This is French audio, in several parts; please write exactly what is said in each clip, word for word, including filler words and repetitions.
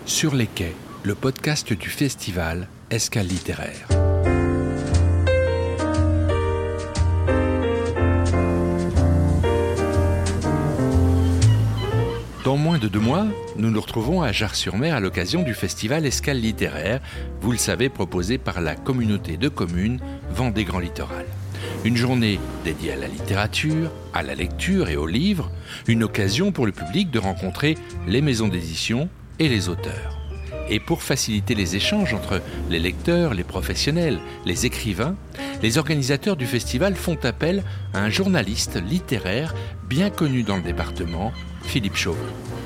Sur les quais, le podcast du festival Escale littéraire. Dans moins de deux mois, nous nous retrouvons à Jars-sur-Mer à l'occasion du festival Escale littéraire, vous le savez, proposé par la communauté de communes Vendée Grand Littoral. Une journée dédiée à la littérature, à la lecture et aux livres, une occasion pour le public de rencontrer les maisons d'édition et les auteurs. Et pour faciliter les échanges entre les lecteurs, les professionnels, les écrivains, les organisateurs du festival font appel à un journaliste littéraire bien connu dans le département, Philippe Chauveau.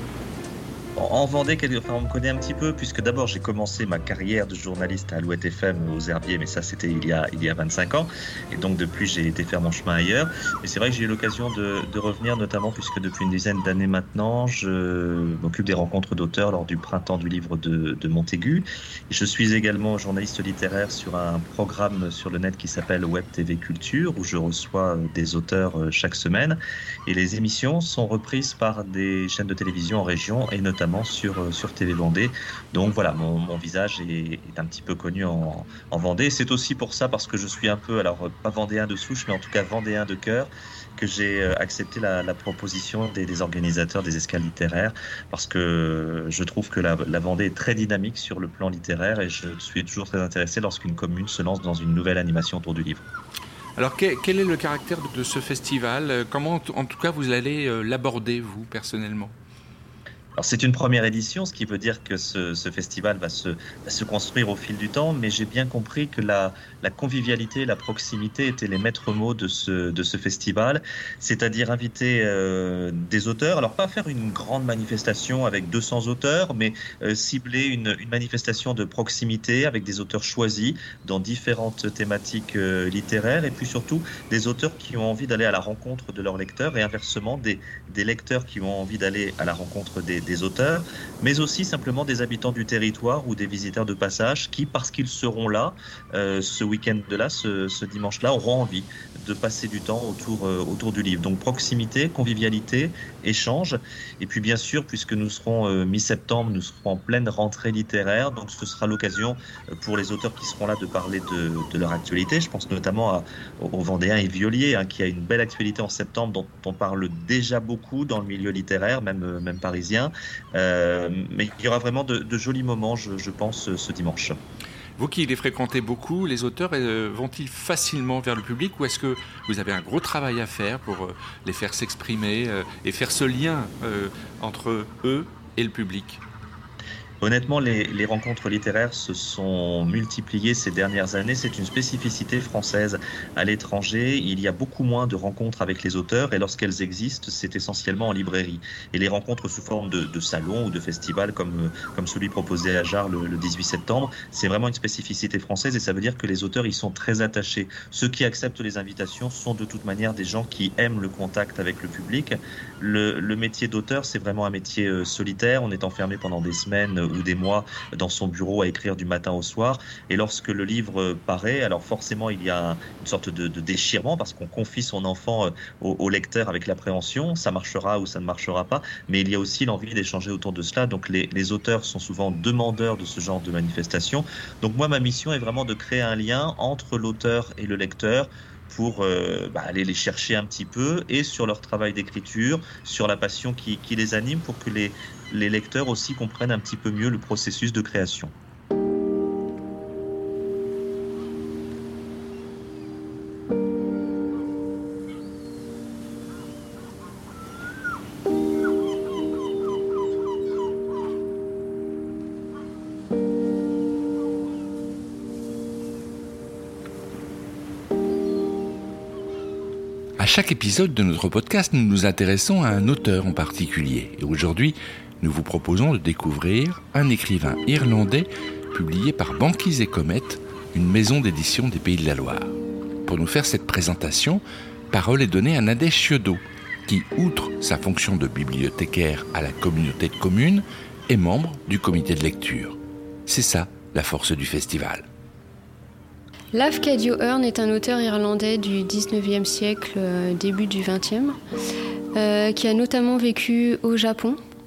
En Vendée, enfin, on me connaît un petit peu, puisque d'abord j'ai commencé ma carrière de journaliste à Alouette F M aux Herbiers, mais ça c'était il y a, il y a vingt-cinq ans, et donc depuis j'ai été faire mon chemin ailleurs. Mais c'est vrai que j'ai eu l'occasion de, de revenir, notamment puisque depuis une dizaine d'années maintenant, je m'occupe des rencontres d'auteurs lors du printemps du livre de, de Montaigu. Et je suis également journaliste littéraire sur un programme sur le net qui s'appelle Web T V Culture, où je reçois des auteurs chaque semaine. Et les émissions sont reprises par des chaînes de télévision en région, et notamment sur, sur T V Vendée. Donc voilà, mon, mon visage est, est un petit peu connu en, en Vendée. C'est aussi pour ça, parce que je suis un peu, alors pas vendéen de souche, mais en tout cas vendéen de cœur, que j'ai accepté la, la proposition des, des organisateurs des escales littéraires, parce que je trouve que la, la Vendée est très dynamique sur le plan littéraire, et je suis toujours très intéressé lorsqu'une commune se lance dans une nouvelle animation autour du livre. Alors quel, quel est le caractère de ce festival ? Comment en tout cas vous allez l'aborder, vous, personnellement ? Alors c'est une première édition, ce qui veut dire que ce, ce festival va se, va se construire au fil du temps, mais j'ai bien compris que la, la convivialité, la proximité étaient les maîtres mots de ce, de ce festival, c'est-à-dire inviter euh, des auteurs, alors pas faire une grande manifestation avec deux cents auteurs, mais euh, cibler une, une manifestation de proximité avec des auteurs choisis dans différentes thématiques euh, littéraires, et puis surtout des auteurs qui ont envie d'aller à la rencontre de leurs lecteurs, et inversement des, des lecteurs qui ont envie d'aller à la rencontre des des auteurs, mais aussi simplement des habitants du territoire ou des visiteurs de passage qui, parce qu'ils seront là, euh, ce week-end-là, ce, ce dimanche-là, auront envie de passer du temps autour, euh, autour du livre. Donc proximité, convivialité, échange, et puis bien sûr, puisque nous serons euh, mi-septembre, nous serons en pleine rentrée littéraire, donc ce sera l'occasion pour les auteurs qui seront là de parler de, de leur actualité. Je pense notamment à, au Vendéen et Violier, hein, qui a une belle actualité en septembre dont on parle déjà beaucoup dans le milieu littéraire, même, même parisien. Euh, mais il y aura vraiment de, de jolis moments, je, je pense, ce dimanche. Vous qui les fréquentez beaucoup, les auteurs euh, vont-ils facilement vers le public, ou est-ce que vous avez un gros travail à faire pour euh, les faire s'exprimer euh, et faire ce lien euh, entre eux et le public ? Honnêtement, les, les rencontres littéraires se sont multipliées ces dernières années. C'est une spécificité française. À l'étranger, il y a beaucoup moins de rencontres avec les auteurs, et lorsqu'elles existent, c'est essentiellement en librairie. Et les rencontres sous forme de, de salons ou de festivals, comme, comme celui proposé à Jars le, le dix-huit septembre, c'est vraiment une spécificité française, et ça veut dire que les auteurs y sont très attachés. Ceux qui acceptent les invitations sont de toute manière des gens qui aiment le contact avec le public. Le, le métier d'auteur, c'est vraiment un métier euh, solitaire. On est enfermé pendant des semaines ou des mois dans son bureau à écrire du matin au soir, et lorsque le livre paraît, alors forcément il y a une sorte de, de déchirement, parce qu'on confie son enfant au, au lecteur avec l'appréhension, ça marchera ou ça ne marchera pas, mais il y a aussi l'envie d'échanger autour de cela. Donc les, les auteurs sont souvent demandeurs de ce genre de manifestation. Donc moi, ma mission est vraiment de créer un lien entre l'auteur et le lecteur, pour euh, bah, aller les chercher un petit peu, et sur leur travail d'écriture, sur la passion qui, qui les anime, pour que les, les lecteurs aussi comprennent un petit peu mieux le processus de création. À chaque épisode de notre podcast, nous nous intéressons à un auteur en particulier. Et aujourd'hui, nous vous proposons de découvrir un écrivain irlandais publié par Banquise et Comète, une maison d'édition des Pays de la Loire. Pour nous faire cette présentation, parole est donnée à Nadège Ciodo, qui, outre sa fonction de bibliothécaire à la communauté de communes, est membre du comité de lecture. C'est ça, la force du festival. Lafcadio Cadio Hearn est un auteur irlandais du dix-neuvième siècle, euh, début du vingtième, euh, qui a notamment vécu au Japon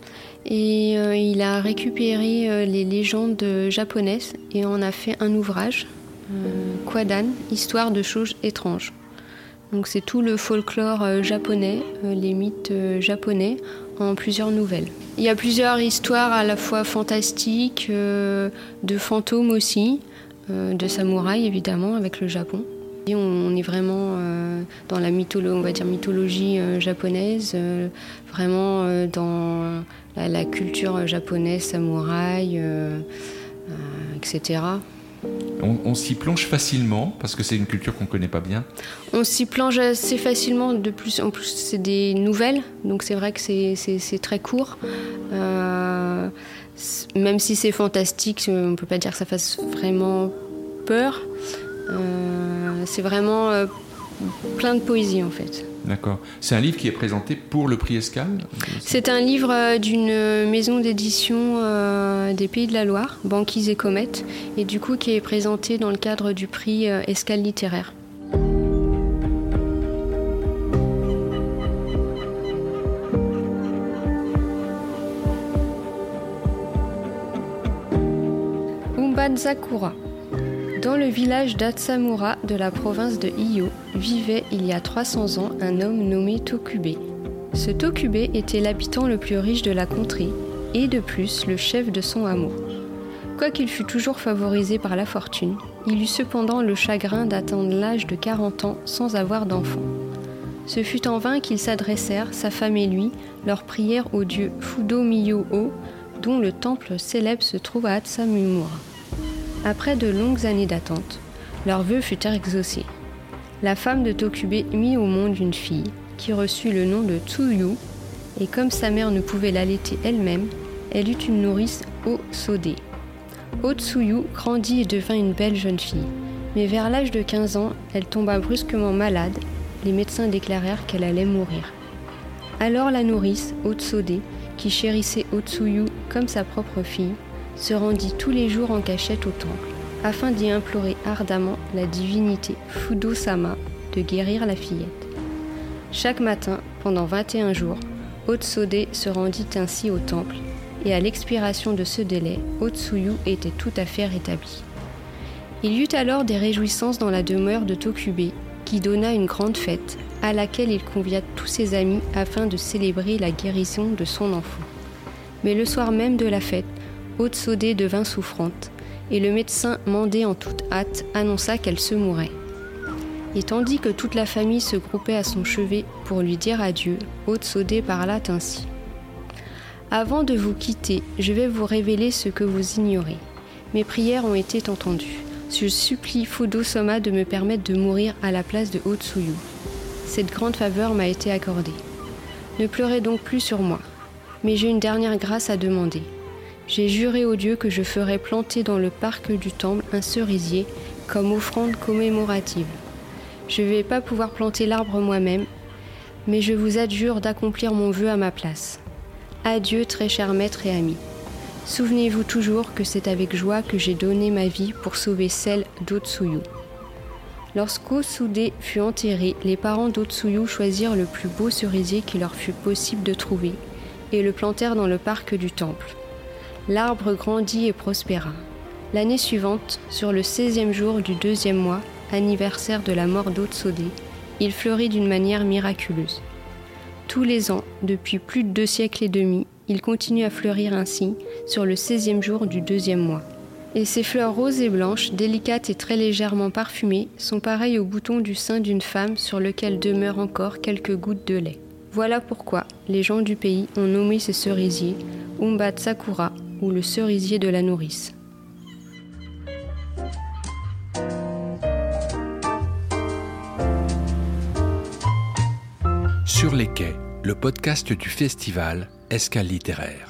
et euh, il a récupéré euh, les légendes japonaises et en a fait un ouvrage, euh, Kwadan, Histoire de choses étranges. Donc c'est tout le folklore euh, japonais, euh, les mythes euh, japonais en plusieurs nouvelles. Il y a plusieurs histoires à la fois fantastiques, euh, de fantômes aussi, euh, de samouraïs évidemment avec le Japon. Et on, on est vraiment euh, dans la mytholo- on va dire mythologie euh, japonaise, euh, vraiment euh, dans la, la culture japonaise, samouraï, euh, euh, et cetera. On, on s'y plonge facilement parce que c'est une culture qu'on ne connaît pas bien. On s'y plonge assez facilement. De plus, en plus, c'est des nouvelles, donc c'est vrai que c'est, c'est, c'est très court. Euh, même si c'est fantastique, on ne peut pas dire que ça fasse vraiment peur. Euh, c'est vraiment euh, plein de poésie en fait. D'accord. C'est un livre qui est présenté pour le prix Escale ? C'est un livre euh, d'une maison d'édition euh, des Pays de la Loire, Banquise et Comète, et du coup qui est présenté dans le cadre du prix euh, Escale littéraire. Umbatsakura. Dans le village d'Atsamura de la province de Iyo, vivait il y a trois cents ans un homme nommé Tokube. Ce Tokube était l'habitant le plus riche de la contrée et de plus le chef de son hameau. Quoiqu'il fût toujours favorisé par la fortune, il eut cependant le chagrin d'atteindre l'âge de quarante ans sans avoir d'enfant. Ce fut en vain qu'ils s'adressèrent, sa femme et lui, leur prière au dieu Fudo Miyo-o, dont le temple célèbre se trouve à Atsamura. Après de longues années d'attente, leur vœu fut exaucé. La femme de Tokube mit au monde une fille, qui reçut le nom de Tsuyu, et comme sa mère ne pouvait l'allaiter elle-même, elle eut une nourrice Otsode. Otsuyu grandit et devint une belle jeune fille, mais vers l'âge de quinze ans, elle tomba brusquement malade, les médecins déclarèrent qu'elle allait mourir. Alors la nourrice, Otsode, qui chérissait Otsuyu comme sa propre fille, se rendit tous les jours en cachette au temple, afin d'y implorer ardemment la divinité Fudo-sama de guérir la fillette. Chaque matin, pendant vingt et un jours, Otsode se rendit ainsi au temple, et à l'expiration de ce délai, Otsuyu était tout à fait rétabli. Il y eut alors des réjouissances dans la demeure de Tokube, qui donna une grande fête, à laquelle il convia tous ses amis afin de célébrer la guérison de son enfant. Mais le soir même de la fête, Otsode devint souffrante, et le médecin mandé en toute hâte annonça qu'elle se mourait. Et tandis que toute la famille se groupait à son chevet pour lui dire adieu, Otsode parla ainsi. « Avant de vous quitter, je vais vous révéler ce que vous ignorez. Mes prières ont été entendues. Je supplie Fudo-sama de me permettre de mourir à la place de Otsuyu. Cette grande faveur m'a été accordée. Ne pleurez donc plus sur moi, mais j'ai une dernière grâce à demander. J'ai juré au Dieu que je ferais planter dans le parc du temple un cerisier comme offrande commémorative. Je ne vais pas pouvoir planter l'arbre moi-même, mais je vous adjure d'accomplir mon vœu à ma place. Adieu, très cher maître et ami. Souvenez-vous toujours que c'est avec joie que j'ai donné ma vie pour sauver celle d'Otsuyu. » Lorsqu'Otsude fut enterré, les parents d'Otsuyu choisirent le plus beau cerisier qu'il leur fut possible de trouver et le plantèrent dans le parc du temple. L'arbre grandit et prospéra. L'année suivante, sur le seizième jour du deuxième mois, anniversaire de la mort d'Otsude, il fleurit d'une manière miraculeuse. Tous les ans, depuis plus de deux siècles et demi, il continue à fleurir ainsi sur le seizième jour du deuxième mois. Et ces fleurs roses et blanches, délicates et très légèrement parfumées, sont pareilles aux boutons du sein d'une femme sur lequel demeurent encore quelques gouttes de lait. Voilà pourquoi les gens du pays ont nommé ce cerisier Umbatsakura, ou le cerisier de la nourrice. Sur les quais, le podcast du festival Escale littéraire.